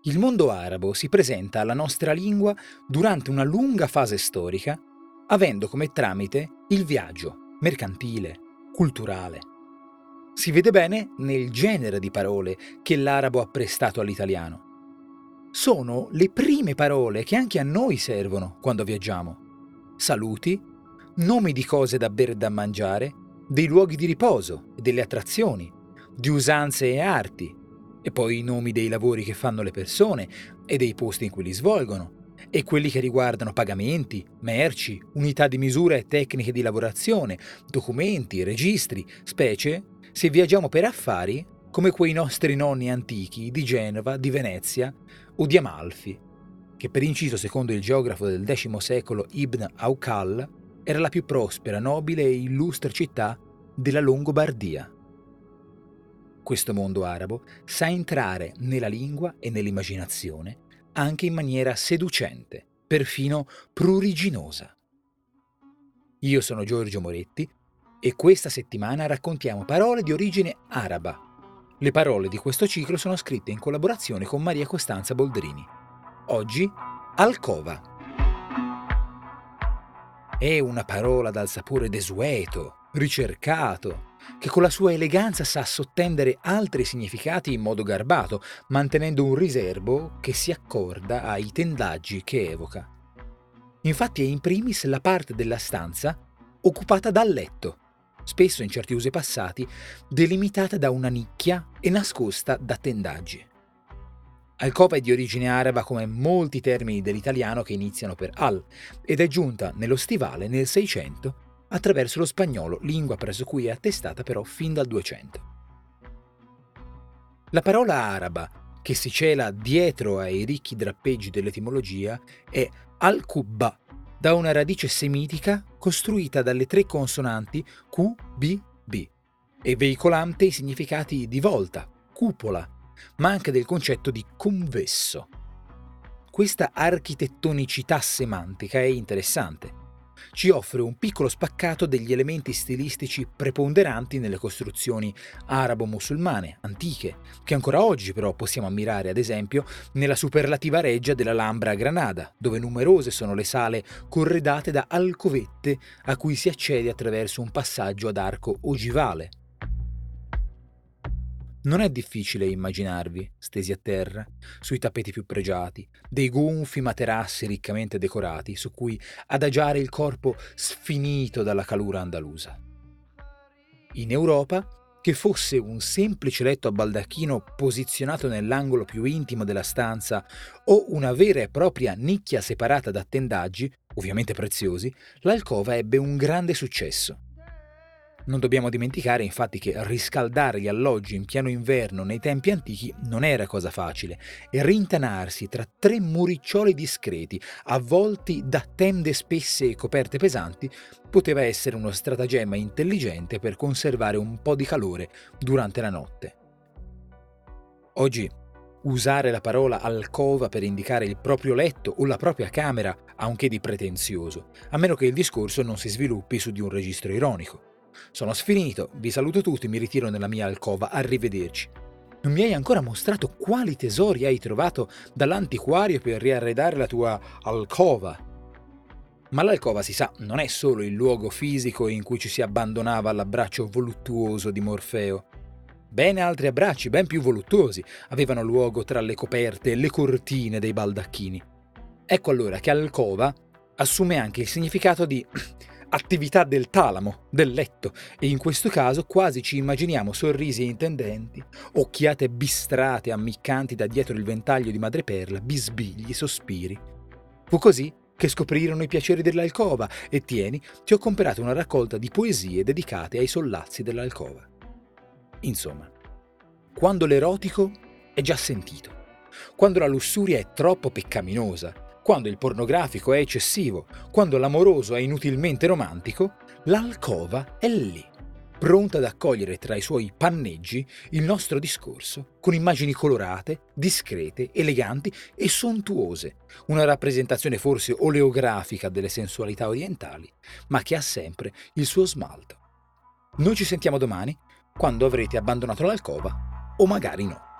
Il mondo arabo si presenta alla nostra lingua durante una lunga fase storica, avendo come tramite il viaggio mercantile, culturale. Si vede bene nel genere di parole che l'arabo ha prestato all'italiano. Sono le prime parole che anche a noi servono quando viaggiamo. Saluti, nomi di cose da bere e da mangiare, dei luoghi di riposo e delle attrazioni, di usanze e arti, e poi i nomi dei lavori che fanno le persone e dei posti in cui li svolgono, e quelli che riguardano pagamenti, merci, unità di misura e tecniche di lavorazione, documenti, registri, specie se viaggiamo per affari come quei nostri nonni antichi di Genova, di Venezia o di Amalfi, che per inciso secondo il geografo del X secolo Ibn Aukal era la più prospera, nobile e illustre città della Longobardia. Questo mondo arabo sa entrare nella lingua e nell'immaginazione anche in maniera seducente, perfino pruriginosa. Io sono Giorgio Moretti e questa settimana raccontiamo parole di origine araba. Le parole di questo ciclo sono scritte in collaborazione con Maria Costanza Boldrini. Oggi, alcova. È una parola dal sapore desueto, ricercato, che con la sua eleganza sa sottendere altri significati in modo garbato, mantenendo un riserbo che si accorda ai tendaggi che evoca. Infatti è in primis la parte della stanza occupata dal letto, spesso in certi usi passati delimitata da una nicchia e nascosta da tendaggi. Alcova è di origine araba come molti termini dell'italiano che iniziano per al ed è giunta nello stivale nel 600 attraverso lo spagnolo, lingua presso cui è attestata però fin dal 200. La parola araba, che si cela dietro ai ricchi drappeggi dell'etimologia, è al-kubba, da una radice semitica costruita dalle tre consonanti Q, B, B, e veicolante i significati di volta, cupola, ma anche del concetto di convesso. Questa architettonicità semantica è interessante. Ci offre un piccolo spaccato degli elementi stilistici preponderanti nelle costruzioni arabo-musulmane antiche, che ancora oggi però possiamo ammirare ad esempio nella superlativa reggia dell'Alhambra a Granada, dove numerose sono le sale corredate da alcovette a cui si accede attraverso un passaggio ad arco ogivale. Non è difficile immaginarvi, stesi a terra, sui tappeti più pregiati, dei gonfi materassi riccamente decorati su cui adagiare il corpo sfinito dalla calura andalusa. In Europa, che fosse un semplice letto a baldacchino posizionato nell'angolo più intimo della stanza o una vera e propria nicchia separata da tendaggi, ovviamente preziosi, l'alcova ebbe un grande successo. Non dobbiamo dimenticare infatti che riscaldare gli alloggi in pieno inverno nei tempi antichi non era cosa facile e rintanarsi tra tre muriccioli discreti, avvolti da tende spesse e coperte pesanti, poteva essere uno stratagemma intelligente per conservare un po' di calore durante la notte. Oggi, usare la parola alcova per indicare il proprio letto o la propria camera ha un che di pretenzioso, a meno che il discorso non si sviluppi su di un registro ironico. Sono sfinito, vi saluto tutti, mi ritiro nella mia alcova, arrivederci. Non mi hai ancora mostrato quali tesori hai trovato dall'antiquario per riarredare la tua alcova. Ma l'alcova, si sa, non è solo il luogo fisico in cui ci si abbandonava all'abbraccio voluttuoso di Morfeo. Ben altri abbracci, ben più voluttuosi, avevano luogo tra le coperte e le cortine dei baldacchini. Ecco allora che alcova assume anche il significato di attività del talamo, del letto, e in questo caso quasi ci immaginiamo sorrisi intendenti, occhiate bistrate ammiccanti da dietro il ventaglio di madreperla, bisbigli, sospiri. Fu così che scoprirono i piaceri dell'alcova e tieni, ti ho comperato una raccolta di poesie dedicate ai sollazzi dell'alcova. Insomma, quando l'erotico è già sentito, quando la lussuria è troppo peccaminosa, quando il pornografico è eccessivo, quando l'amoroso è inutilmente romantico, l'alcova è lì, pronta ad accogliere tra i suoi panneggi il nostro discorso, con immagini colorate, discrete, eleganti e sontuose, una rappresentazione forse oleografica delle sensualità orientali, ma che ha sempre il suo smalto. Noi ci sentiamo domani, quando avrete abbandonato l'alcova, o magari no.